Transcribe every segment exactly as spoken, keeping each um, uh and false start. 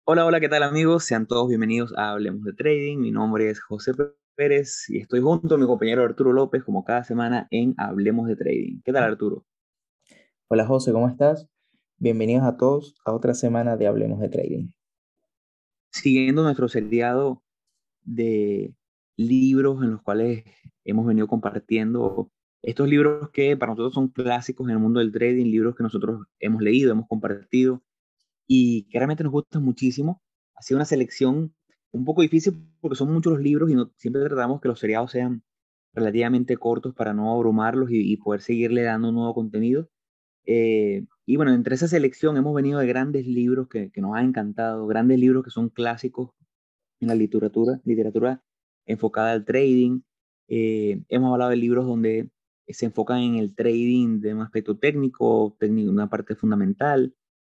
Hola, hola, ¿qué tal amigos? Sean todos bienvenidos a Hablemos de Trading. Mi nombre es José Pérez y estoy junto a mi compañero Arturo López como cada semana en Hablemos de Trading. ¿Qué tal, Arturo? Hola José, ¿cómo estás? Bienvenidos a todos a otra semana de Hablemos de Trading. Siguiendo nuestro seriado de libros en los cuales hemos venido compartiendo estos libros que para nosotros son clásicos en el mundo del trading, libros que nosotros hemos leído, hemos compartido y que realmente nos gustan muchísimo. Ha sido una selección un poco difícil porque son muchos los libros y no, siempre tratamos que los seriados sean relativamente cortos para no abrumarlos y, y poder seguirle dando nuevo contenido. Eh, y bueno, entre esa selección hemos venido de grandes libros que, que nos han encantado, grandes libros que son clásicos en la literatura, literatura enfocada al trading. Eh, hemos hablado de libros donde se enfocan en el trading de un aspecto técnico, técnico una parte fundamental.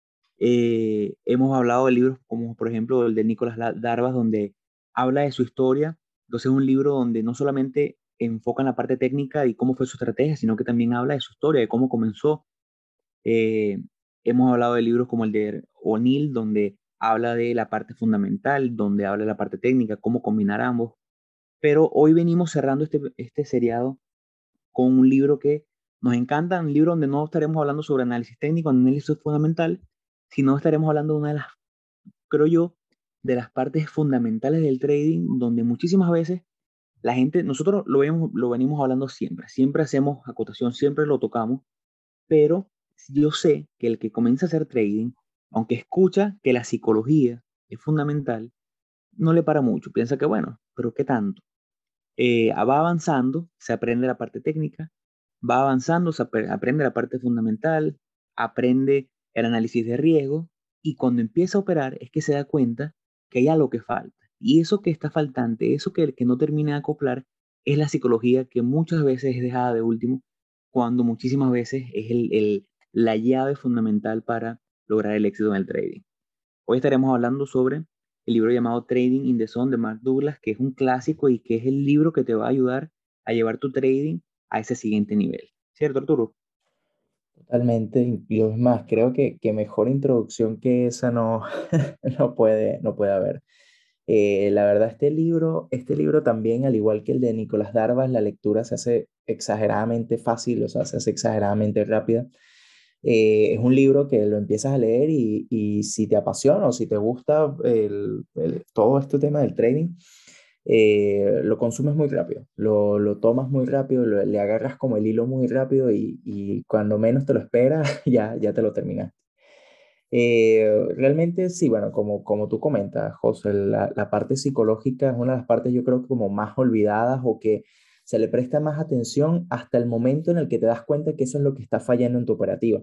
Eh, hemos hablado de libros como por ejemplo el de Nicolás La- Darvas, donde habla de su historia. Entonces es un libro donde no solamente enfoca en la parte técnica y cómo fue su estrategia, sino que también habla de su historia, de cómo comenzó. Eh, Hemos hablado de libros como el de O'Neill, donde habla de la parte fundamental, donde habla de la parte técnica, cómo combinar ambos. Pero hoy venimos cerrando este, este seriado con un libro que nos encanta, un libro donde no estaremos hablando sobre análisis técnico, análisis fundamental, sino estaremos hablando de una de las, creo yo, de las partes fundamentales del trading, donde muchísimas veces la gente, nosotros lo, vemos, lo venimos hablando siempre, siempre hacemos acotación, siempre lo tocamos, pero yo sé que el que comienza a hacer trading, aunque escucha que la psicología es fundamental, no le para mucho, piensa que bueno, pero ¿qué tanto? Eh, va avanzando, se aprende la parte técnica, va avanzando, se apre- aprende la parte fundamental, aprende el análisis de riesgo y cuando empieza a operar es que se da cuenta que hay algo que falta. Y eso que está faltante, eso que, que no termina de acoplar, es la psicología que muchas veces es dejada de último, cuando muchísimas veces es el, el- la llave fundamental para lograr el éxito en el trading. Hoy estaremos hablando sobre el libro llamado Trading in the Zone de Mark Douglas, que es un clásico y que es el libro que te va a ayudar a llevar tu trading a ese siguiente nivel. ¿Cierto, Arturo? Totalmente, y es más, creo que, que mejor introducción que esa no, no puede, no puede haber. Eh, la verdad, este libro, este libro también, al igual que el de Nicolás Darvas, la lectura se hace exageradamente fácil, o sea, se hace exageradamente rápida. Eh, es un libro que lo empiezas a leer y, y si te apasiona o si te gusta el, el- todo este tema del trading, eh, lo consumes muy rápido, lo, lo tomas muy rápido, lo- le agarras como el hilo muy rápido y, y cuando menos te lo esperas, ya, ya te lo terminas. Eh, realmente sí, bueno, como, como tú comentas, José, la, la parte psicológica es una de las partes yo creo que como más olvidadas o que se le presta más atención hasta el momento en el que te das cuenta que eso es lo que está fallando en tu operativa.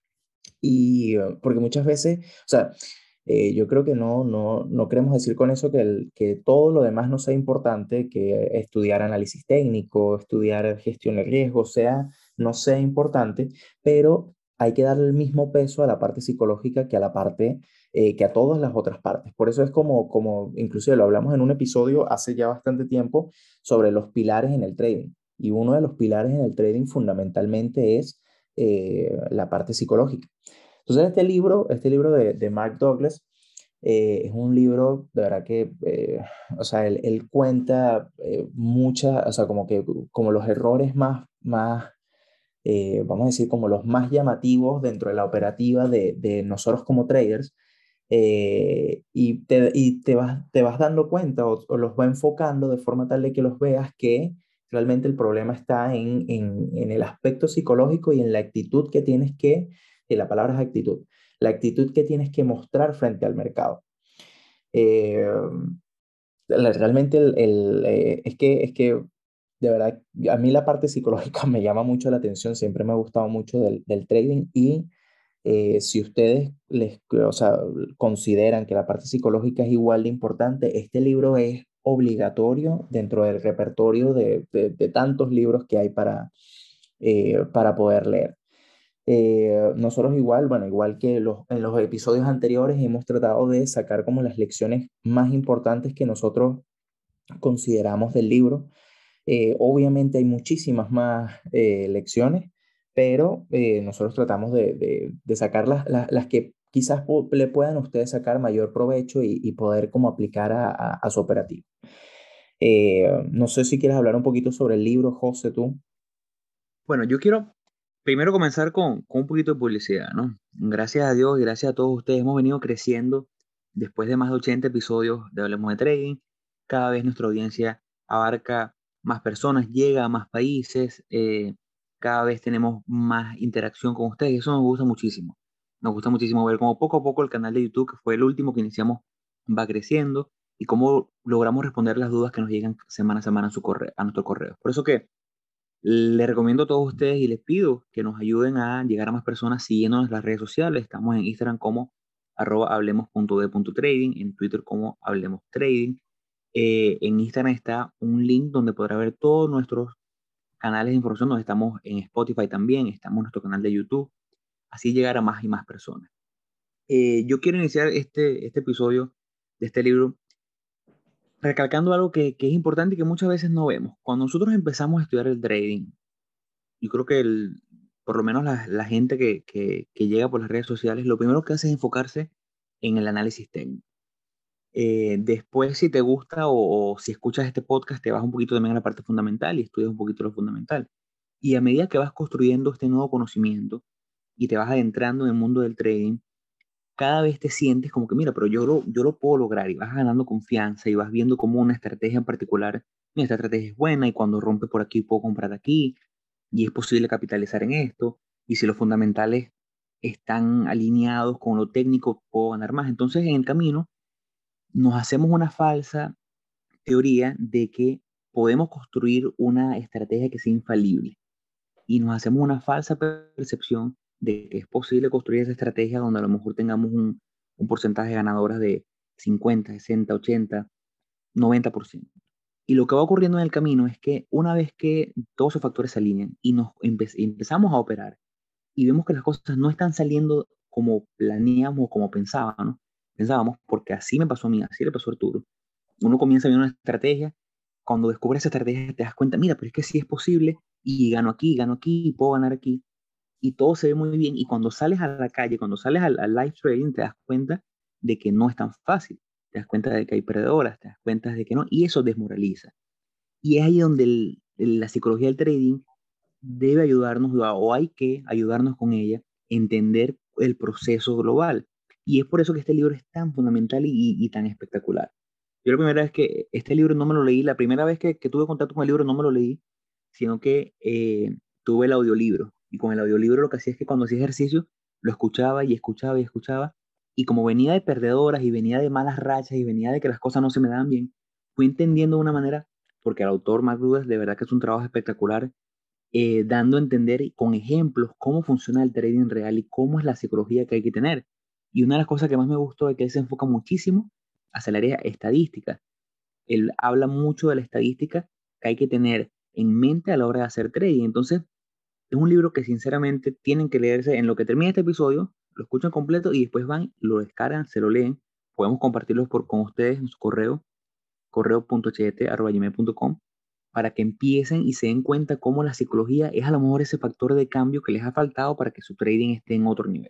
Y eh, porque muchas veces, o sea, eh, yo creo que no, no, no queremos decir con eso que, el, que todo lo demás no sea importante, que estudiar análisis técnico, estudiar gestión de riesgo, sea, no sea importante, pero hay que darle el mismo peso a la parte psicológica que a la parte, eh, que a todas las otras partes. Por eso es como, como, inclusive lo hablamos en un episodio hace ya bastante tiempo sobre los pilares en el trading. Y uno de los pilares en el trading fundamentalmente es eh, la parte psicológica. Entonces, este libro, este libro de, de Mark Douglas, eh, es un libro, de verdad que, eh, o sea, él, él cuenta eh, muchas, o sea, como que, como los errores más, más eh, vamos a decir, como los más llamativos dentro de la operativa de, de nosotros como traders, eh, y, te, y te, vas, te vas dando cuenta o, o los va enfocando de forma tal de que los veas que realmente el problema está en, en, en el aspecto psicológico y en la actitud que tienes que, y la palabra es actitud, la actitud que tienes que mostrar frente al mercado. Eh, la- Realmente el, el, eh, es que, es que de verdad, a mí la parte psicológica me llama mucho la atención, siempre me ha gustado mucho del, del trading y eh, si ustedes les, o sea, consideran que la parte psicológica es igual de importante, este libro es obligatorio dentro del repertorio de, de, de tantos libros que hay para, eh, para poder leer. Eh, nosotros igual, bueno, igual que los, en los episodios anteriores hemos tratado de sacar como las lecciones más importantes que nosotros consideramos del libro. Eh, obviamente hay muchísimas más eh, lecciones, pero eh, nosotros tratamos de, de, de sacar las, las, las que quizás pu- le puedan ustedes sacar mayor provecho y, y poder como aplicar a, a, a su operativo. Eh, no sé si quieres hablar un poquito sobre el libro, José, tú. Bueno, yo quiero primero comenzar con, con un poquito de publicidad, ¿no? Gracias a Dios y gracias a todos ustedes hemos venido creciendo después de más de ochenta episodios de Hablemos de Trading. Cada vez nuestra audiencia abarca más personas, llega a más países, eh, cada vez tenemos más interacción con ustedes y eso nos gusta muchísimo. Nos gusta muchísimo ver cómo poco a poco el canal de YouTube, que fue el último que iniciamos, va creciendo y cómo logramos responder las dudas que nos llegan semana a semana a, su correo, a nuestro correo. Por eso que les recomiendo a todos ustedes y les pido que nos ayuden a llegar a más personas siguiéndonos en las redes sociales. Estamos en Instagram como arroba hablemos.de.trading, en Twitter como Hablemos Trading. Eh, en Instagram está un link donde podrá ver todos nuestros canales de información, donde estamos en Spotify también, estamos en nuestro canal de YouTube, así llegar a más y más personas. Eh, yo quiero iniciar este, este episodio de este libro recalcando algo que, que es importante y que muchas veces no vemos. Cuando nosotros empezamos a estudiar el trading, yo creo que el, por lo menos la, la gente que, que, que llega por las redes sociales, lo primero que hace es enfocarse en el análisis técnico. Eh, después, si te gusta o, o si escuchas este podcast, te vas un poquito también a la parte fundamental y estudias un poquito lo fundamental. Y a medida que vas construyendo este nuevo conocimiento y te vas adentrando en el mundo del trading, cada vez te sientes como que, mira, pero yo lo, yo lo puedo lograr y vas ganando confianza y vas viendo como una estrategia en particular, mira, esta estrategia es buena y cuando rompe por aquí puedo comprar aquí y es posible capitalizar en esto, y si los fundamentales están alineados con lo técnico, puedo ganar más. Entonces, en el camino, nos hacemos una falsa teoría de que podemos construir una estrategia que sea infalible, y nos hacemos una falsa percepción de que es posible construir esa estrategia donde a lo mejor tengamos un, un porcentaje de ganadoras de cincuenta, sesenta, ochenta, noventa por ciento. Y lo que va ocurriendo en el camino es que una vez que todos esos factores se alinean y nos empe empezamos a operar y vemos que las cosas no están saliendo como planeamos o como pensábamos, ¿no? pensábamos, porque así me pasó a mí, así le pasó a Arturo. Uno comienza a ver una estrategia, cuando descubres esa estrategia te das cuenta, mira, pero es que sí es posible y gano aquí, gano aquí, y puedo ganar aquí y todo se ve muy bien y cuando sales a la calle, cuando sales al, al live trading te das cuenta de que no es tan fácil, te das cuenta de que hay perdedoras, te das cuenta de que no y eso desmoraliza. Y es ahí donde el- el- la psicología del trading debe ayudarnos o hay que ayudarnos con ella a entender el proceso global. Y es por eso que este libro es tan fundamental y, y tan espectacular. Yo la primera vez que este libro no me lo leí, la primera vez que, que tuve contacto con el libro no me lo leí, sino que eh, tuve el audiolibro. Y con el audiolibro lo que hacía es que cuando hacía ejercicio lo escuchaba y escuchaba y escuchaba. Y como venía de perdedoras y venía de malas rachas y venía de que las cosas no se me daban bien, fui entendiendo de una manera, porque el autor Mark Rudas de verdad que es un trabajo espectacular, eh, dando a entender con ejemplos cómo funciona el trading real y cómo es la psicología que hay que tener. Y una de las cosas que más me gustó es que él se enfoca muchísimo hacia el área estadística. Él habla mucho de la estadística que hay que tener en mente a la hora de hacer trading. Entonces, es un libro que sinceramente tienen que leerse en lo que termina este episodio, lo escuchan completo y después van, lo descargan, se lo leen. Podemos compartirlos por, con ustedes en su correo, correo.ht.gmail.com, para que empiecen y se den cuenta cómo la psicología es a lo mejor ese factor de cambio que les ha faltado para que su trading esté en otro nivel.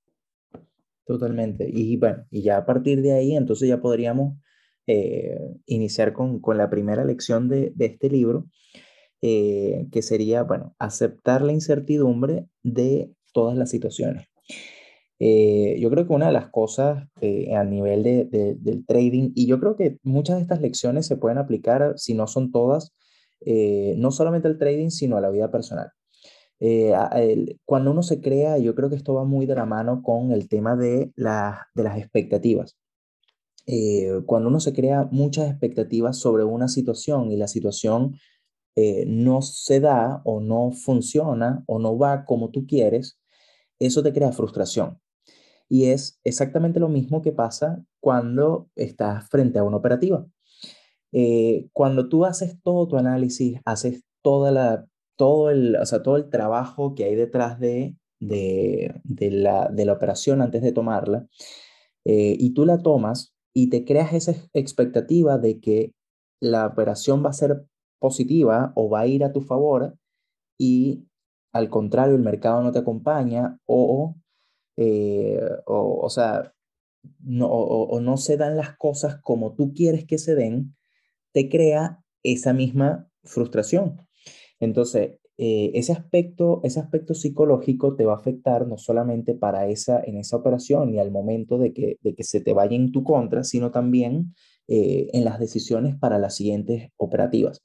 Totalmente. Y bueno, y ya a partir de ahí, entonces ya podríamos eh, iniciar con, con la primera lección de, de este libro, eh, que sería, bueno, aceptar la incertidumbre de todas las situaciones. Eh, yo creo que una de las cosas eh, a nivel de, de- del trading, y yo creo que muchas de estas lecciones se pueden aplicar, si no son todas, eh, no solamente al trading, sino a la vida personal. Eh, a- el- cuando uno se crea, yo creo que esto va muy de la mano con el tema de, la- de las expectativas. Eh, cuando uno se crea muchas expectativas sobre una situación y la situación eh, no se da o no funciona o no va como tú quieres, eso te crea frustración. Y es exactamente lo mismo que pasa cuando estás frente a una operativa. Eh, cuando tú haces todo tu análisis, haces toda la, todo el, o sea, todo el trabajo que hay detrás de, de, de la, de la operación antes de tomarla, eh, y tú la tomas y te creas esa expectativa de que la operación va a ser positiva o va a ir a tu favor y al contrario, el mercado no te acompaña o eh, o, o sea, no, o, o no se dan las cosas como tú quieres que se den, te crea esa misma frustración. Entonces, eh, ese aspecto, ese aspecto psicológico te va a afectar no solamente para esa, en esa operación y al momento de que, de que se te vaya en tu contra, sino también eh, en las decisiones para las siguientes operativas.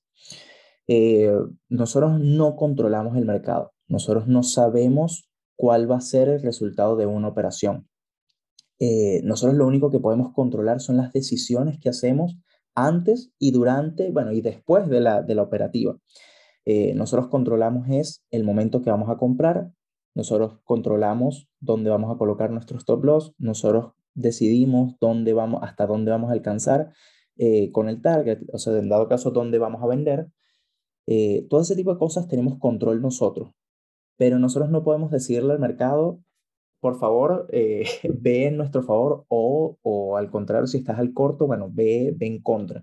Eh, Nosotros no controlamos el mercado, nosotros no sabemos cuál va a ser el resultado de una operación. Eh, nosotros lo único que podemos controlar son las decisiones que hacemos antes y durante, bueno, y después de la, de la operativa. Eh, nosotros controlamos es el momento que vamos a comprar, nosotros controlamos dónde vamos a colocar nuestros stop loss, nosotros decidimos dónde vamos, hasta dónde vamos a alcanzar eh, con el target, o sea, en dado caso, dónde vamos a vender. Eh, todo ese tipo de cosas tenemos control nosotros, pero nosotros no podemos decirle al mercado, por favor, eh, ve en nuestro favor o, o al contrario, si estás al corto, bueno, ve, ve en contra.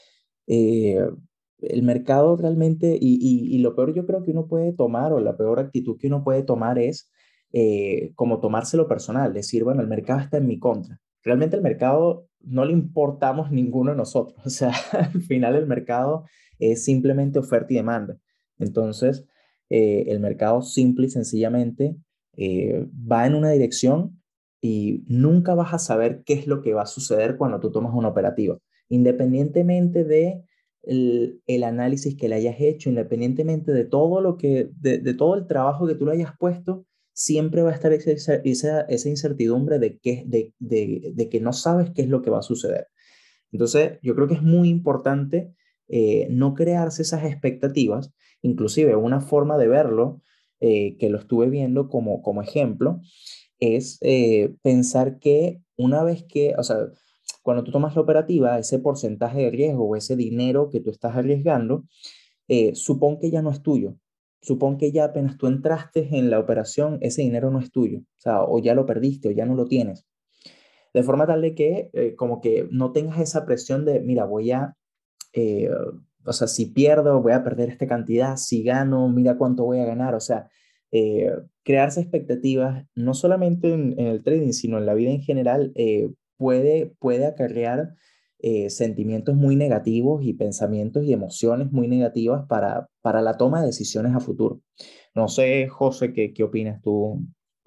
Eh, el mercado realmente, y, y, y lo peor yo creo que uno puede tomar, o la peor actitud que uno puede tomar es eh, como tomárselo personal, decir, bueno, el mercado está en mi contra. Realmente el mercado no le importamos ninguno de nosotros, o sea, al final el mercado es simplemente oferta y demanda. Entonces, eh, el mercado simple y sencillamente eh, va en una dirección y nunca vas a saber qué es lo que va a suceder cuando tú tomas una operativa independientemente de el, el análisis que le hayas hecho, independientemente de todo lo que, de, de todo el trabajo que tú le hayas puesto, siempre va a estar esa, esa, esa incertidumbre de que, de, de, de que no sabes qué es lo que va a suceder. Entonces, yo creo que es muy importante eh, no crearse esas expectativas, inclusive una forma de verlo, eh, que lo estuve viendo como, como ejemplo, es eh, pensar que una vez que, o sea, cuando tú tomas la operativa, ese porcentaje de riesgo o ese dinero que tú estás arriesgando, eh, supón que ya no es tuyo. Supón que ya apenas tú entraste en la operación, ese dinero no es tuyo. O sea, o ya lo perdiste o ya no lo tienes. De forma tal de que eh, como que no tengas esa presión de, mira, voy a, eh, o sea, si pierdo, voy a perder esta cantidad, si gano, mira cuánto voy a ganar. O sea, eh, crearse expectativas, no solamente en, en el trading, sino en la vida en general, eh, puede, puede acarrear eh, sentimientos muy negativos y pensamientos y emociones muy negativas para, para la toma de decisiones a futuro. No sé, José, ¿qué, qué opinas tú?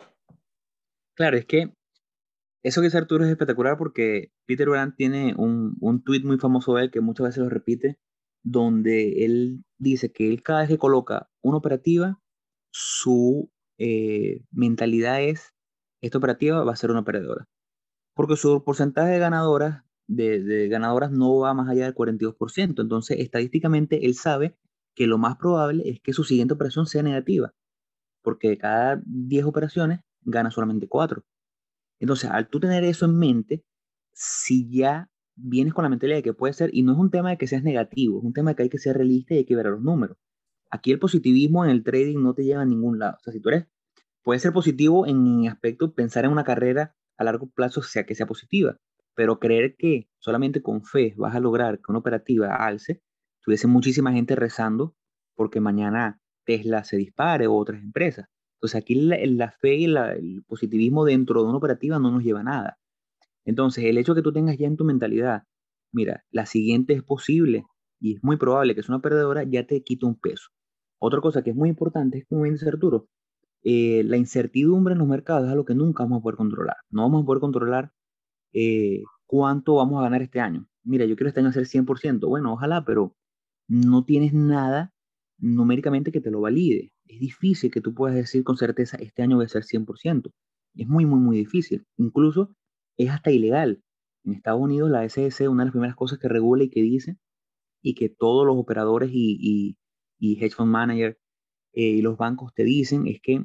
Claro, es que eso que dice Arturo es espectacular porque Peter Brand tiene un, un tweet muy famoso de él que muchas veces lo repite, donde él dice que él cada vez que coloca una operativa, su eh, mentalidad es, esta operativa va a ser una perdedora, porque su porcentaje de ganadoras, de, de ganadoras no va más allá del cuarenta y dos por ciento. Entonces, estadísticamente, él sabe que lo más probable es que su siguiente operación sea negativa, porque de cada diez operaciones gana solamente cuatro. Entonces, al tú tener eso en mente, si ya vienes con la mentalidad de que puede ser, y no es un tema de que seas negativo, es un tema de que hay que ser realista y hay que ver a los números. Aquí el positivismo en el trading no te lleva a ningún lado. O sea, si tú eres, puede ser positivo en aspecto pensar en una carrera a largo plazo, sea que sea positiva, pero creer que solamente con fe vas a lograr que una operativa alce, tuviese muchísima gente rezando porque mañana Tesla se dispare o otras empresas. Entonces aquí la, la fe y la- el positivismo dentro de una operativa no nos lleva a nada. Entonces el hecho que tú tengas ya en tu mentalidad, mira, la siguiente es posible y es muy probable que es una perdedora, ya te quita un peso. Otra cosa que es muy importante es, como bien dice Arturo, eh, la incertidumbre en los mercados es algo que nunca vamos a poder controlar. No vamos a poder controlar eh, cuánto vamos a ganar este año. Mira, yo quiero este año hacer cien por ciento. Bueno, ojalá, pero no tienes nada numéricamente que te lo valide. Es difícil que tú puedas decir con certeza, este año voy a ser cien por ciento. Es muy, muy, muy difícil. Incluso es hasta ilegal. En Estados Unidos, la S E C, una de las primeras cosas que regula y que dice, y que todos los operadores y, y, y hedge fund managers eh, y los bancos te dicen, es que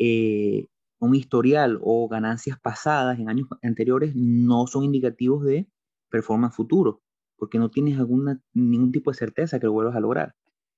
eh, un historial o ganancias pasadas en años anteriores no son indicativos de performance futuro, porque no tienes alguna, ningún tipo de certeza que lo vuelvas a lograr.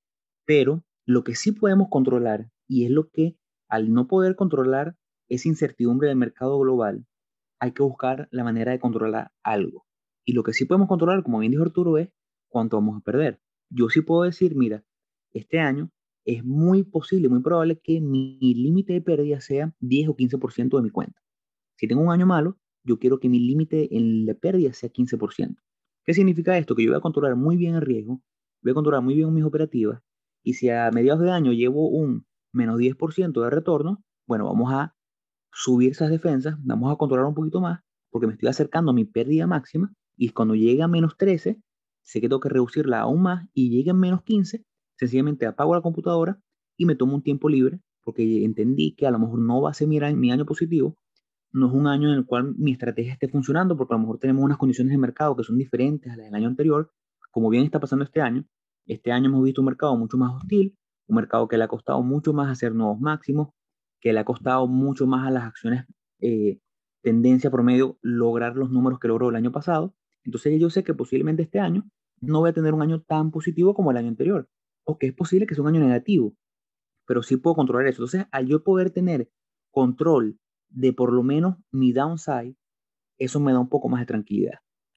Pero lo que sí podemos controlar, y es lo que al no poder controlar esa incertidumbre del mercado global, hay que buscar la manera de controlar algo. Y lo que sí podemos controlar, como bien dijo Arturo, es cuánto vamos a perder. Yo sí puedo decir, mira, este año es muy posible, muy probable que mi límite de pérdida sea diez o quince por ciento de mi cuenta. Si tengo un año malo, yo quiero que mi límite en la pérdida sea quince por ciento. ¿Qué significa esto? Que yo voy a controlar muy bien el riesgo, voy a controlar muy bien mis operativas, y si a mediados de año llevo un menos diez por ciento de retorno, bueno, vamos a subir esas defensas, vamos a controlar un poquito más, porque me estoy acercando a mi pérdida máxima, y cuando llegue a menos trece, sé que tengo que reducirla aún más, y llegue a menos quince, sencillamente apago la computadora y me tomo un tiempo libre, porque entendí que a lo mejor no va a ser mi, año- mi año positivo, no es un año en el cual mi estrategia esté funcionando, porque a lo mejor tenemos unas condiciones de mercado que son diferentes a las del año anterior, como bien está pasando este año. Este año hemos visto un mercado mucho más hostil, un mercado que le ha costado mucho más hacer nuevos máximos, que le ha costado mucho más a las acciones eh, tendencia promedio lograr los números que logró el año pasado. Entonces yo sé que posiblemente este año no voy a tener un año tan positivo como el año anterior, o que es posible que sea un año negativo, pero sí puedo controlar eso. Entonces, al yo poder tener control de por lo menos mi downside, eso me da un poco más de tranquilidad.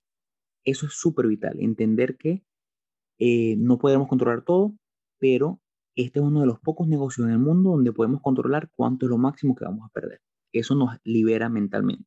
Eso es súper vital, entender que eh, no podemos controlar todo, pero este es uno de los pocos negocios en el mundo donde podemos controlar cuánto es lo máximo que vamos a perder. Eso nos libera mentalmente.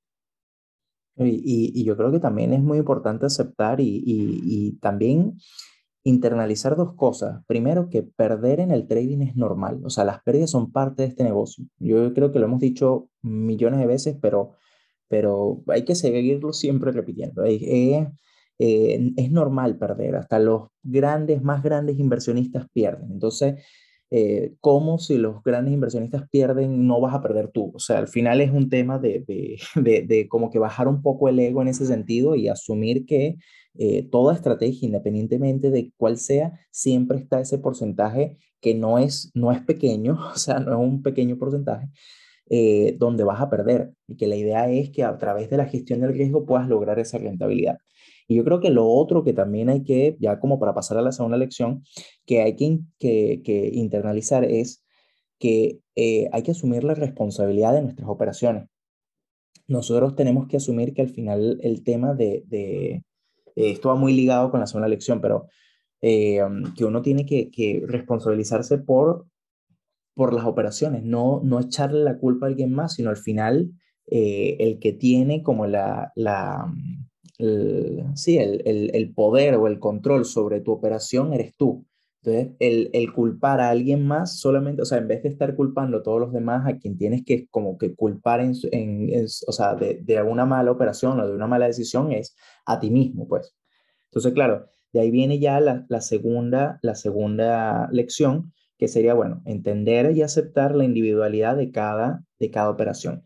Y, y- y yo creo que también es muy importante aceptar y, y- y también internalizar dos cosas. Primero, que perder en el trading es normal. O sea, las pérdidas son parte de este negocio. Yo creo que lo hemos dicho millones de veces, pero, pero hay que seguirlo siempre repitiendo. Eh, eh, eh, es normal perder. Hasta los grandes, más grandes inversionistas pierden. Entonces, eh, ¿cómo si los grandes inversionistas pierden, no vas a perder tú? O sea, al final es un tema de, de, de, de como que bajar un poco el ego en ese sentido y asumir que eh, toda estrategia, independientemente de cuál sea, siempre está ese porcentaje que no es, no es pequeño, o sea, no es un pequeño porcentaje, eh, donde vas a perder y que la idea es que a través de la gestión del riesgo puedas lograr esa rentabilidad. Y yo creo que lo otro que también hay que, ya como para pasar a la segunda lección, que hay que, in- que, que internalizar es que eh, hay que asumir la responsabilidad de nuestras operaciones. Nosotros tenemos que asumir que al final el tema de, de eh, esto va muy ligado con la segunda lección, pero eh, um, que uno tiene que, que responsabilizarse por, por las operaciones, no, no echarle la culpa a alguien más, sino al final eh, el que tiene como la, la, mm, el, sí, el, el, el poder o el control sobre tu operación eres tú. Entonces, el, el culpar a alguien más solamente, o sea, en vez de estar culpando a todos los demás, a quien tienes que como que culpar en, su- en, en- o sea, de, de una mala operación o de una mala decisión es a ti mismo, pues. Entonces, claro, de ahí viene ya la, la segunda, la segunda lección, que sería, bueno, entender y aceptar la individualidad de cada, de cada operación.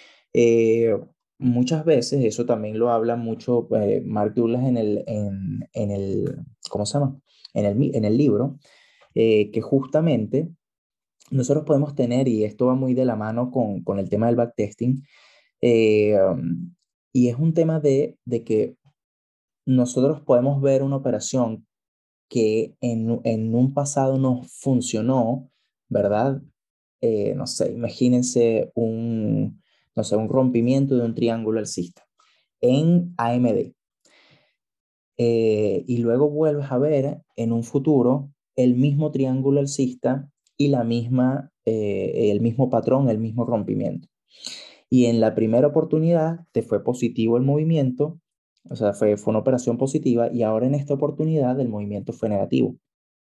Eh, Muchas veces, eso también lo habla mucho eh, Mark Douglas en el, en, en el, ¿cómo se llama? En el, mi- en el libro, eh, que justamente nosotros podemos tener, y esto va muy de la mano con, con el tema del backtesting, eh, um, y es un tema de, de que nosotros podemos ver una operación que en, en un pasado nos funcionó, ¿verdad? Eh, no sé, imagínense un, no sé, un rompimiento de un triángulo alcista en A M D. Eh, y luego vuelves a ver en un futuro el mismo triángulo alcista y la misma, eh, el mismo patrón, el mismo rompimiento. Y en la primera oportunidad te fue positivo el movimiento, o sea, fue, fue una operación positiva, y ahora en esta oportunidad el movimiento fue negativo.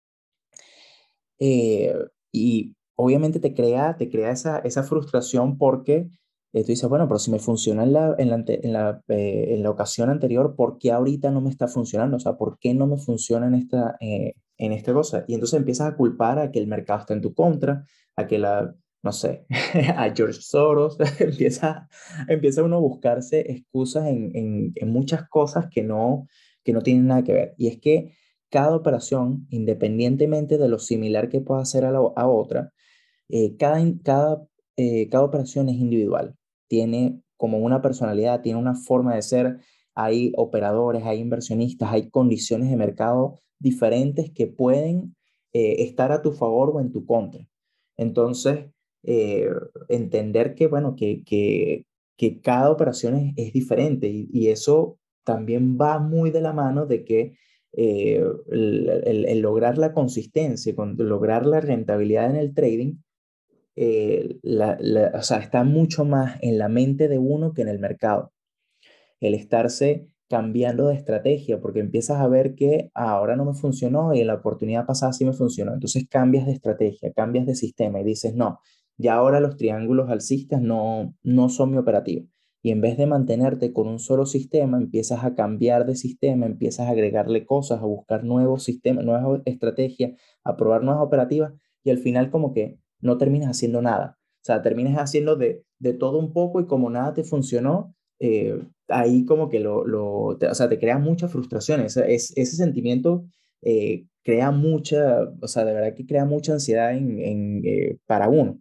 Eh, y obviamente te crea, te crea esa, esa frustración porque eh, tú dices, bueno, pero si me funciona en la, en la, ante- en la, eh, en la ocasión anterior, ¿por qué ahorita no me está funcionando? O sea, ¿por qué no me funciona en esta, eh, en esta cosa? Y entonces empiezas a culpar a que el mercado está en tu contra, a que la, no sé, a George Soros, empieza, empieza uno a buscarse excusas en, en, en muchas cosas que no, que no tienen nada que ver. Y es que cada operación, independientemente de lo similar que pueda hacer a, la, a otra, eh, cada, in- cada, eh, cada operación es individual. Tiene como una personalidad, tiene una forma de ser. Hay operadores, hay inversionistas, hay condiciones de mercado diferentes que pueden eh, estar a tu favor o en tu contra. Entonces, eh, entender que, bueno, que, que, que cada operación es, es diferente y, y eso también va muy de la mano de que eh, el, el- el lograr la consistencia, con lograr la rentabilidad en el trading, eh, la- la- o sea, está mucho más en la mente de uno que en el mercado. El estarse cambiando de estrategia, porque empiezas a ver que "Ah, ahora no me funcionó y en la oportunidad pasada sí me funcionó". Entonces cambias de estrategia, cambias de sistema y dices, no, ya ahora los triángulos alcistas no, no son mi operativa. Y en vez de mantenerte con un solo sistema, empiezas a cambiar de sistema, empiezas a agregarle cosas, a buscar nuevos sistemas, nuevas estrategias, a probar nuevas operativas y al final como que no terminas haciendo nada. O sea, terminas haciendo de, de todo un poco y como nada te funcionó, eh, ahí como que lo, lo te- o sea, te crea mucha frustración. Ese, es, ese sentimiento eh, crea mucha, o sea, de verdad que crea mucha ansiedad en, en, eh, para uno.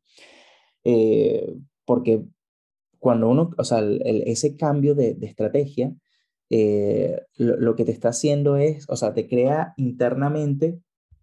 Eh, Porque cuando uno, o sea, el- el- ese cambio de, de estrategia, eh, lo, lo que te está haciendo es, o sea, te crea internamente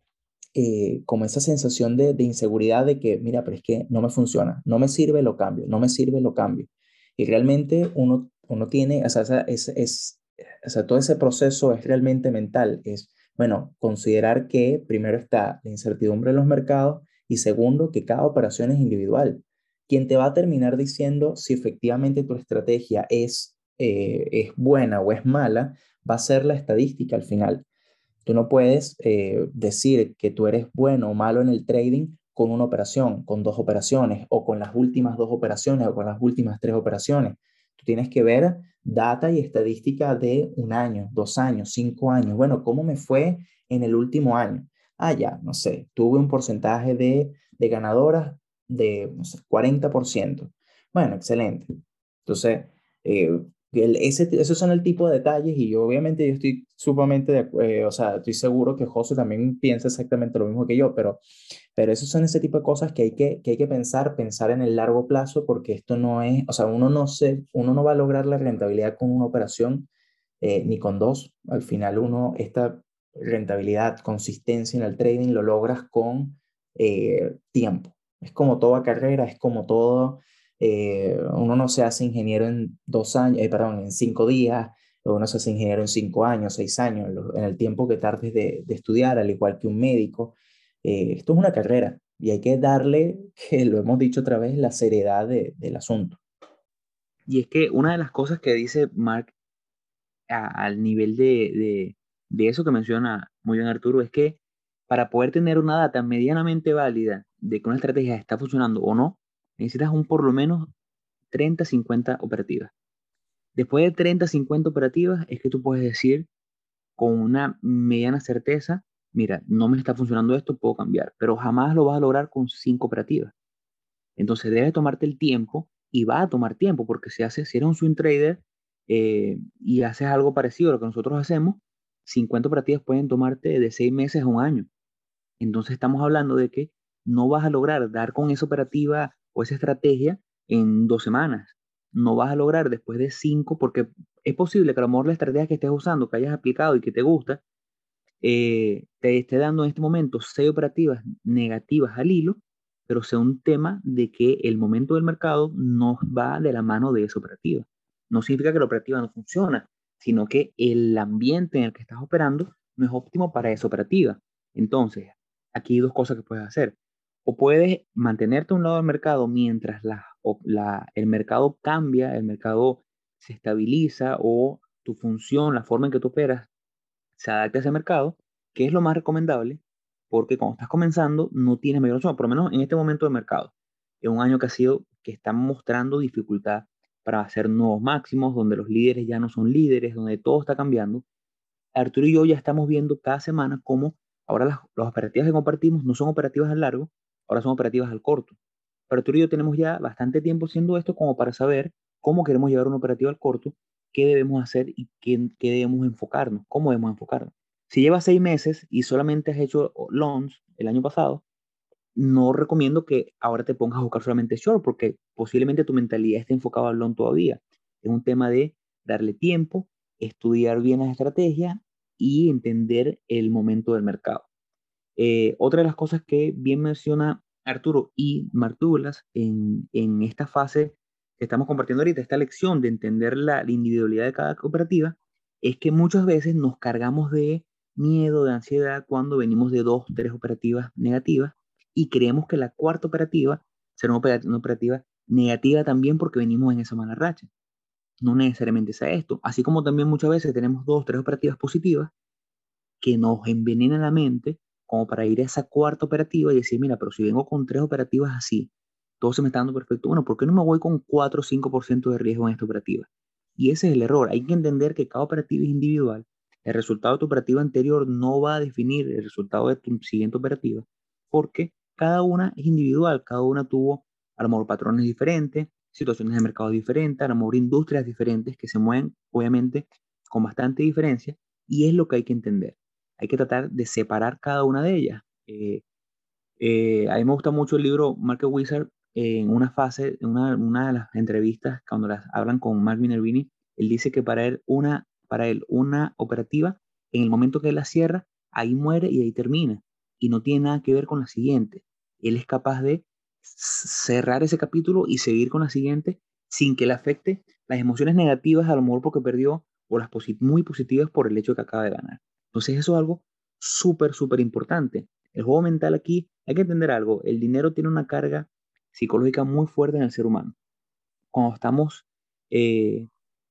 eh, como esa sensación de, de inseguridad de que, mira, pero es que no me funciona, no me sirve, lo cambio, no me sirve, lo cambio. Y realmente uno, uno tiene, o sea, esa- es, es, o sea, todo ese proceso es realmente mental, es, bueno, considerar que primero está la incertidumbre en los mercados y segundo, que cada operación es individual. Quien te va a terminar diciendo si efectivamente tu estrategia es, eh, es buena o es mala, va a ser la estadística al final. Tú no puedes eh, decir que tú eres bueno o malo en el trading con una operación, con dos operaciones, o con las últimas dos operaciones, o con las últimas tres operaciones. Tú tienes que ver data y estadística de un año, dos años, cinco años. Bueno, ¿cómo me fue en el último año? Ah, ya, no sé, tuve un porcentaje de, de ganadoras de, no sé, cuarenta por ciento. Bueno, excelente. Entonces, eh, el- ese, esos son el tipo de detalles y yo obviamente yo estoy sumamente, de acu- eh, o sea, estoy seguro que José también piensa exactamente lo mismo que yo, pero, pero esos son ese tipo de cosas que hay que, que hay que pensar, pensar en el largo plazo porque esto no es, o sea, uno no se, uno no va a lograr la rentabilidad con una operación eh, ni con dos. Al final uno, esta rentabilidad, consistencia en el trading lo logras con eh, tiempo. Es como toda carrera, es como todo, eh, uno no se hace ingeniero en dos años, eh, perdón, en cinco días, o uno se hace ingeniero en cinco años, seis años, en, lo- en el tiempo que tardes de, de estudiar, al igual que un médico. Eh, esto es una carrera y hay que darle, que lo hemos dicho otra vez, la seriedad de- del asunto. Y es que una de las cosas que dice Mark a- al nivel de, de, de eso que menciona muy bien Arturo es que para poder tener una data medianamente válida de que una estrategia está funcionando o no, necesitas un por lo menos treinta cincuenta operativas. Después de treinta cincuenta operativas es que tú puedes decir con una mediana certeza, mira, no me está funcionando esto, puedo cambiar, pero jamás lo vas a lograr con cinco operativas. Entonces debes tomarte el tiempo y va a tomar tiempo porque si haces, si eres un swing trader eh, y haces algo parecido a lo que nosotros hacemos, cincuenta operativas pueden tomarte de seis meses a un año. Entonces estamos hablando de que no vas a lograr dar con esa operativa o esa estrategia en dos semanas. No vas a lograr después de cinco porque es posible que a lo mejor la estrategia que estés usando, que hayas aplicado y que te gusta, eh, te esté dando en este momento seis operativas negativas al hilo, pero sea un tema de que el momento del mercado no va de la mano de esa operativa. No significa que la operativa no funciona, sino que el ambiente en el que estás operando no es óptimo para esa operativa. Entonces, aquí hay dos cosas que puedes hacer. O puedes mantenerte a un lado del mercado mientras la, o la- el mercado cambia, el mercado se estabiliza o tu función, la forma en que tú operas, se adapte a ese mercado, que es lo más recomendable, porque cuando estás comenzando no tienes mayor opción, por lo menos en este momento de mercado. Es un año que ha sido, que está mostrando dificultad para hacer nuevos máximos, donde los líderes ya no son líderes, donde todo está cambiando. Arturo y yo ya estamos viendo cada semana cómo ahora las, las operativas que compartimos no son operativas al largo, ahora son operativas al corto. Pero Arturo y yo tenemos ya bastante tiempo haciendo esto como para saber cómo queremos llevar una operativa al corto, qué debemos hacer y qué, qué debemos enfocarnos, cómo debemos enfocarnos. Si llevas seis meses y solamente has hecho longs el año pasado, no recomiendo que ahora te pongas a buscar solamente short, porque posiblemente tu mentalidad esté enfocada al long todavía. Es un tema de darle tiempo, estudiar bien las estrategias y entender el momento del mercado. Eh, otra de las cosas que bien menciona Arturo y Mark Douglas en, en esta fase que estamos compartiendo ahorita, esta lección de entender la, la individualidad de cada cooperativa, es que muchas veces nos cargamos de miedo, de ansiedad cuando venimos de dos, tres operativas negativas y creemos que la cuarta operativa ser una operativa, una operativa negativa también porque venimos en esa mala racha. No necesariamente sea esto. Así como también muchas veces tenemos dos, tres operativas positivas que nos envenenan la mente como para ir a esa cuarta operativa y decir, mira, pero si vengo con tres operativas así, todo se me está dando perfecto, bueno, ¿por qué no me voy con cuatro o cinco por ciento de riesgo en esta operativa? Y ese es el error. Hay que entender que cada operativa es individual. El resultado de tu operativa anterior no va a definir el resultado de tu siguiente operativa, porque cada una es individual, cada una tuvo a lo mejor patrones diferentes, situaciones de mercado diferentes, a lo mejor industrias diferentes que se mueven obviamente con bastante diferencia, y es lo que hay que entender. Hay que tratar de separar cada una de ellas. Eh, eh, a mí me gusta mucho el libro Market Wizard. Eh, en una fase, en una, una de las entrevistas, cuando las hablan con Mark Minervini, él dice que para él una, para él una operativa, en el momento que él la cierra, ahí muere y ahí termina. Y no tiene nada que ver con la siguiente. Él es capaz de cerrar ese capítulo y seguir con la siguiente sin que le afecte las emociones negativas, a lo mejor porque perdió, o las posit muy positivas por el hecho de que acaba de ganar. Entonces eso es algo súper, súper importante. El juego mental aquí, hay que entender algo, el dinero tiene una carga psicológica muy fuerte en el ser humano. Cuando estamos, eh,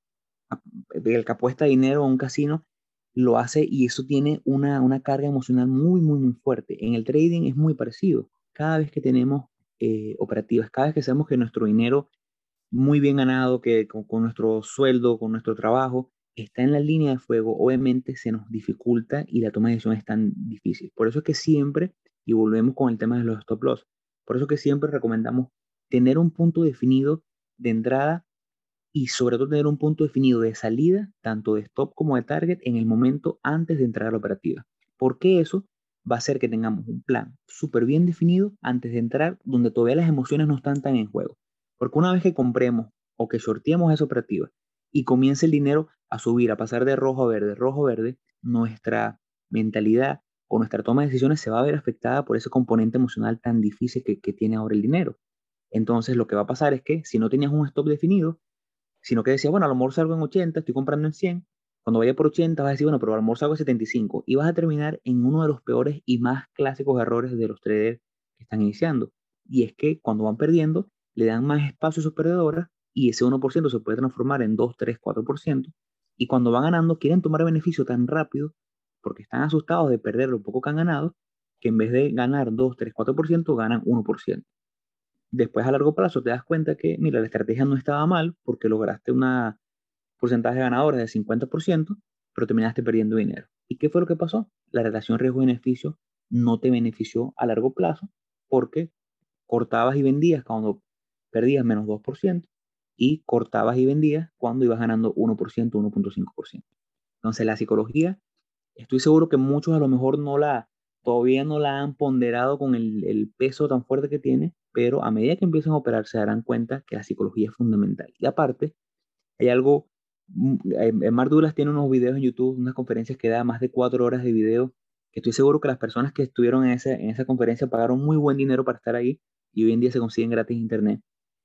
el que apuesta dinero a un casino, lo hace y eso tiene una, una carga emocional muy, muy, muy fuerte. En el trading es muy parecido. Cada vez que tenemos eh, operativas, cada vez que sabemos que nuestro dinero muy bien ganado, que con, con nuestro sueldo, con nuestro trabajo, está en la línea de fuego, obviamente se nos dificulta y la toma de decisión es tan difícil. Por eso es que siempre, y volvemos con el tema de los stop loss, por eso es que siempre recomendamos tener un punto definido de entrada y sobre todo tener un punto definido de salida, tanto de stop como de target, en el momento antes de entrar a la operativa. Porque eso va a hacer que tengamos un plan súper bien definido antes de entrar, donde todavía las emociones no están tan en juego. Porque una vez que compremos o que shorteemos esa operativa y comience el dinero a subir, a pasar de rojo a verde, rojo a verde, nuestra mentalidad o nuestra toma de decisiones se va a ver afectada por ese componente emocional tan difícil que, que tiene ahora el dinero. Entonces lo que va a pasar es que si no tenías un stop definido, sino que decía, bueno, a lo mejor salgo en ochenta, estoy comprando en cien, cuando vaya por ochenta vas a decir, bueno, pero a lo mejor salgo en setenta y cinco, y vas a terminar en uno de los peores y más clásicos errores de los traders que están iniciando, y es que cuando van perdiendo, le dan más espacio a sus perdedoras, y ese uno por ciento se puede transformar en dos, tres, cuatro por ciento, y cuando van ganando, quieren tomar beneficio tan rápido, porque están asustados de perder lo poco que han ganado, que en vez de ganar dos, tres, cuatro por ciento, ganan uno por ciento. Después a largo plazo te das cuenta que, mira, la estrategia no estaba mal porque lograste un porcentaje de ganadores de cincuenta por ciento, pero terminaste perdiendo dinero. ¿Y qué fue lo que pasó? La relación riesgo-beneficio no te benefició a largo plazo porque cortabas y vendías cuando perdías menos dos por ciento y cortabas y vendías cuando ibas ganando uno por ciento, uno punto cinco por ciento. Entonces la psicología, estoy seguro que muchos a lo mejor no la, todavía no la han ponderado con el, el peso tan fuerte que tiene, pero a medida que empiezan a operar se darán cuenta que la psicología es fundamental. Y aparte, hay algo, mm, eh, eh, Mark Douglas tiene unos videos en YouTube, unas conferencias que da más de cuatro horas de video, que estoy seguro que las personas que estuvieron en esa, en esa conferencia pagaron muy buen dinero para estar ahí y hoy en día se consiguen gratis en internet.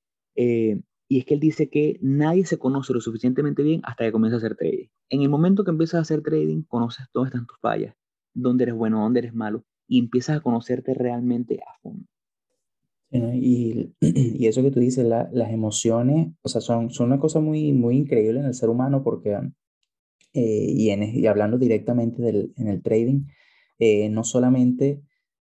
Eh, y es que él dice que nadie se conoce lo suficientemente bien hasta que comienza a hacer trading. En el momento que empiezas a hacer trading, conoces dónde están tus fallas, dónde eres bueno, dónde eres malo, y empiezas a conocerte realmente a fondo. Sí, ¿no? Y, y eso que tú dices, la- las emociones, o sea, son, son una cosa muy, muy increíble en el ser humano porque, eh, y, en, y hablando directamente del, en el trading, eh, no solamente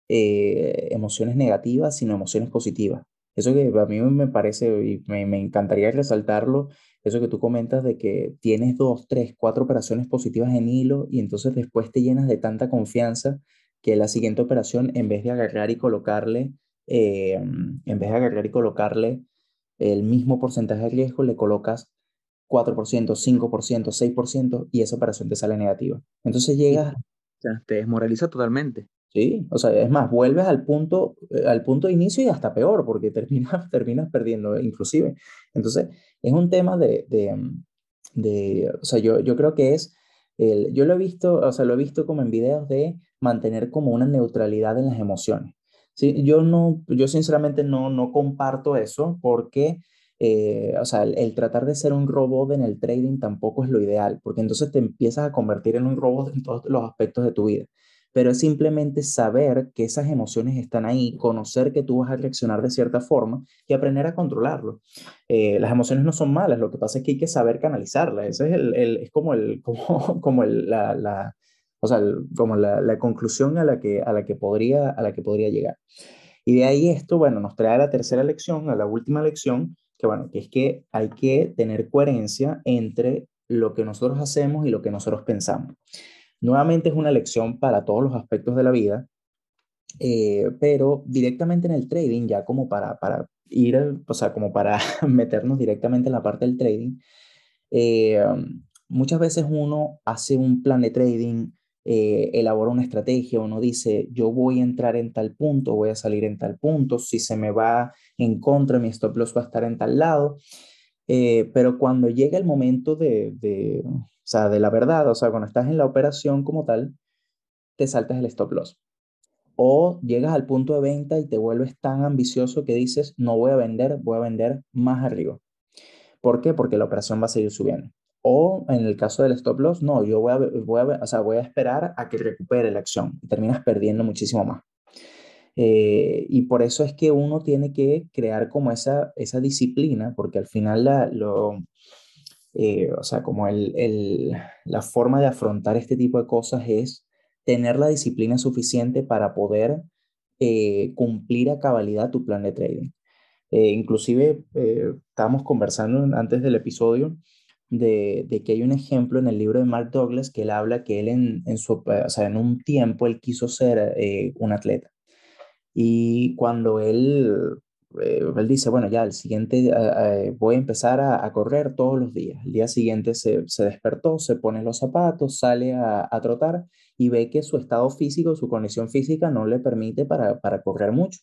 eh, emociones negativas, sino emociones positivas. Eso que a mí me parece y me, me encantaría resaltarlo, eso que tú comentas de que tienes dos, tres, cuatro operaciones positivas en hilo y entonces después te llenas de tanta confianza que la siguiente operación, en vez de agarrar y colocarle, eh, en vez de agarrar y colocarle el mismo porcentaje de riesgo, le colocas cuatro por ciento, cinco por ciento, seis por ciento y esa operación te sale negativa. Entonces Y llegas, o sea, te desmoraliza totalmente. sí, o sea, es más, vuelves al punto, eh, al punto de inicio y hasta peor porque terminas, terminas perdiendo, eh, inclusive. Entonces, es un tema de, de, mm, de, o sea, yo, yo creo que es, el, yo lo he visto, o sea, lo he visto como en videos de mantener como una neutralidad en las emociones. Sí, yo no, yo sinceramente no, no comparto eso porque, eh, o sea, el, el tratar de ser un robot en el trading tampoco es lo ideal, porque entonces te empiezas a convertir en un robot en todos los aspectos de tu vida. pero es simplemente saber que esas emociones están ahí, conocer que tú vas a reaccionar de cierta forma y aprender a controlarlo. Eh, las emociones no son malas, lo que pasa es que hay que saber canalizarlas. Ese es, el, el- es como, el, como, como el, la, la, o sea, el- como la, la conclusión a la que, a la que podría, a la que podría llegar. Y de ahí esto, bueno, nos trae a la tercera lección, a la última lección, que bueno, que es que hay que tener coherencia entre lo que nosotros hacemos y lo que nosotros pensamos. Nuevamente es una lección para todos los aspectos de la vida, eh, pero directamente en el trading, ya como para, para ir, o sea, como para meternos directamente en la parte del trading, eh, muchas veces uno hace un plan de trading, eh, elabora una estrategia, uno dice, yo voy a entrar en tal punto, voy a salir en tal punto, si se me va en contra, mi stop loss va a estar en tal lado, eh, pero cuando llega el momento de, de, o sea, de la verdad, o sea, cuando estás en la operación como tal, te saltas el stop loss. O llegas al punto de venta y te vuelves tan ambicioso que dices, no voy a vender, voy a vender más arriba. ¿Por qué? Porque la operación va a seguir subiendo. O en el caso del stop loss, no, yo voy a, voy a, o sea, voy a esperar a que recupere la acción y terminas perdiendo muchísimo más. Eh, y por eso es que uno tiene que crear como esa, esa disciplina, porque al final la, lo, eh, o sea, como el, el, la forma de afrontar este tipo de cosas es tener la disciplina suficiente para poder eh, cumplir a cabalidad tu plan de trading. Eh, inclusive eh, estábamos conversando antes del episodio de, de que hay un ejemplo en el libro de Mark Douglas que él habla que él en, en, su, o sea, en un tiempo él quiso ser eh, un atleta. Y cuando él, eh, él dice, bueno, ya el siguiente, eh, eh, voy a empezar a, a correr todos los días. El día siguiente se, se despertó, se pone los zapatos, sale a, a trotar y ve que su estado físico, su condición física no le permite para, para correr mucho.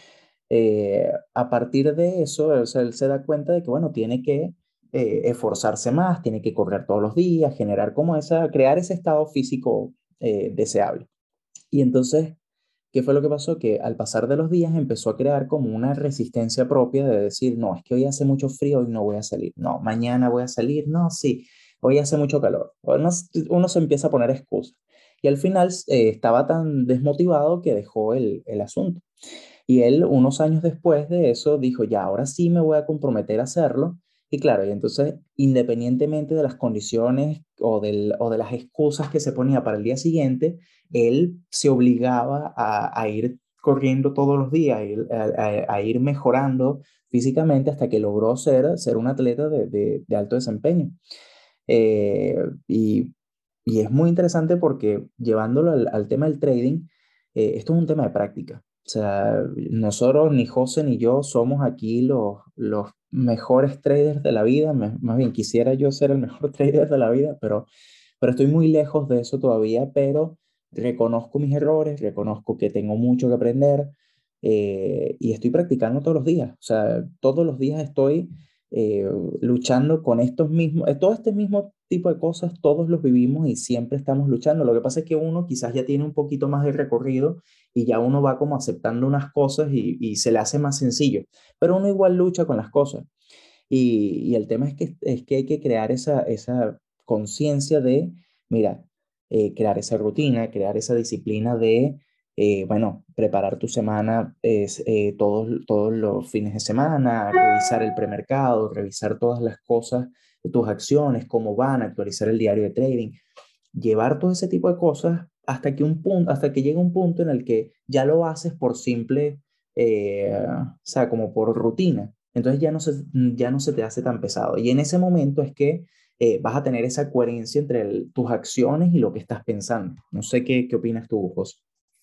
Eh, a partir de eso, o sea, él se da cuenta de que, bueno, tiene que eh, esforzarse más, tiene que correr todos los días, generar como esa, crear ese estado físico eh, deseable. Y entonces, ¿qué fue lo que pasó? Que al pasar de los días empezó a crear como una resistencia propia de decir, no, es que hoy hace mucho frío y no voy a salir. No, mañana voy a salir. No, sí, hoy hace mucho calor. Uno, uno se empieza a poner excusas. Y al final eh, estaba tan desmotivado que dejó el, el asunto. Y él, unos años después de eso, dijo, ya, ahora sí me voy a comprometer a hacerlo. Y claro, y entonces, independientemente de las condiciones o, del, o de las excusas que se ponía para el día siguiente, él se obligaba a, a ir corriendo todos los días, a ir, a, a- a ir mejorando físicamente hasta que logró ser, ser un atleta de, de- de alto desempeño. Eh, y, y es muy interesante porque llevándolo al, al tema del trading, eh, esto es un tema de práctica. O sea, nosotros, ni José ni yo, somos aquí los, los mejores traders de la vida. Me- Más bien, quisiera yo ser el mejor trader de la vida, pero, pero estoy muy lejos de eso todavía, pero reconozco mis errores, reconozco que tengo mucho que aprender eh, y estoy practicando todos los días. O sea, todos los días estoy eh, luchando con estos mismos, eh, todo este mismo tipo de cosas, todos los vivimos y siempre estamos luchando. Lo que pasa es que uno quizás ya tiene un poquito más de recorrido y ya uno va como aceptando unas cosas y, y se le hace más sencillo, pero uno igual lucha con las cosas. Y, y el tema es que, es que hay que crear esa, esa conciencia de, mira, eh, crear esa rutina, crear esa disciplina de, eh, bueno, preparar tu semana es, eh, todos, todos los fines de semana, revisar el premercado, revisar todas las cosas, tus acciones, cómo van, actualizar el diario de trading, llevar todo ese tipo de cosas hasta que un punto, hasta que llega un punto en el que ya lo haces por simple, eh, o sea, como por rutina. Entonces ya no se, ya no se te hace tan pesado. Y en ese momento es que eh, vas a tener esa coherencia entre el- tus acciones y lo que estás pensando. No sé qué, qué opinas tú, José.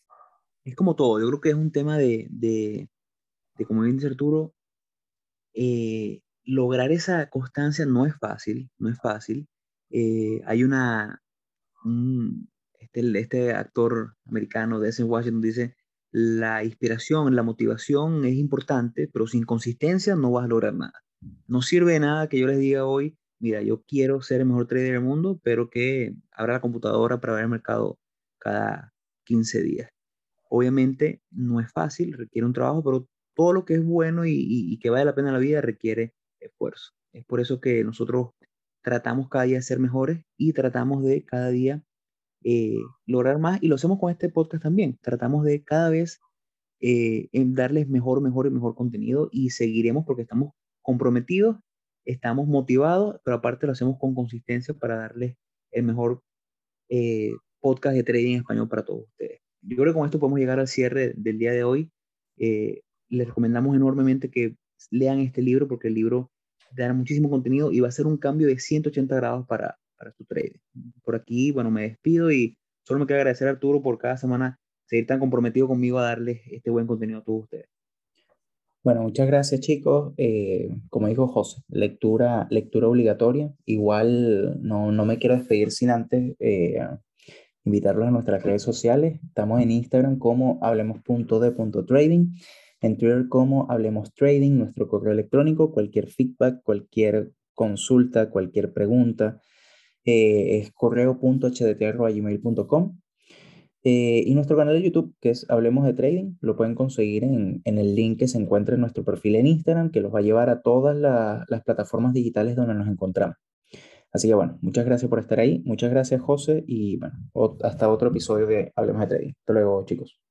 Es como todo, yo creo que es un tema de, de, de como bien dice Arturo, eh, lograr esa constancia no es fácil, no es fácil. Eh, hay una, un- este, este actor americano, Denzel Washington, dice, la inspiración, la motivación es importante, pero sin consistencia no vas a lograr nada. No sirve de nada que yo les diga hoy, mira, yo quiero ser el mejor trader del mundo, pero que abra la computadora para ver el mercado cada quince días. Obviamente no es fácil, requiere un trabajo, pero todo lo que es bueno y, y- y que vale la pena en la vida requiere esfuerzo. Es por eso que nosotros tratamos cada día de ser mejores y tratamos de cada día eh, lograr más y lo hacemos con este podcast también. Tratamos de cada vez eh, en darles mejor, mejor y mejor contenido y seguiremos porque estamos comprometidos, estamos motivados, pero aparte lo hacemos con consistencia para darles el mejor eh, podcast de trading en español para todos ustedes. Yo creo que con esto podemos llegar al cierre del día de hoy. Eh, les recomendamos enormemente que lean este libro porque el libro dará muchísimo contenido y va a ser un cambio de ciento ochenta grados para, para tu trading. Por aquí, bueno, me despido y solo me queda agradecer a Arturo por cada semana seguir tan comprometido conmigo a darles este buen contenido a todos ustedes. Bueno, muchas gracias chicos. Eh, como dijo José, lectura, lectura obligatoria. Igual no, no me quiero despedir sin antes eh, invitarlos a nuestras redes sociales. Estamos en Instagram como hablemos.de.trading, en Twitter como Hablemos Trading, nuestro correo electrónico, cualquier feedback, cualquier consulta, cualquier pregunta, eh, es correo.hdtr.gmail.com. Eh, y nuestro canal de YouTube, que es Hablemos de Trading, lo pueden conseguir en, en el link que se encuentra en nuestro perfil en Instagram, que los va a llevar a todas la- las plataformas digitales donde nos encontramos. Así que bueno, muchas gracias por estar ahí, muchas gracias José y bueno, o- hasta otro episodio de Hablemos de Trading. Hasta luego chicos.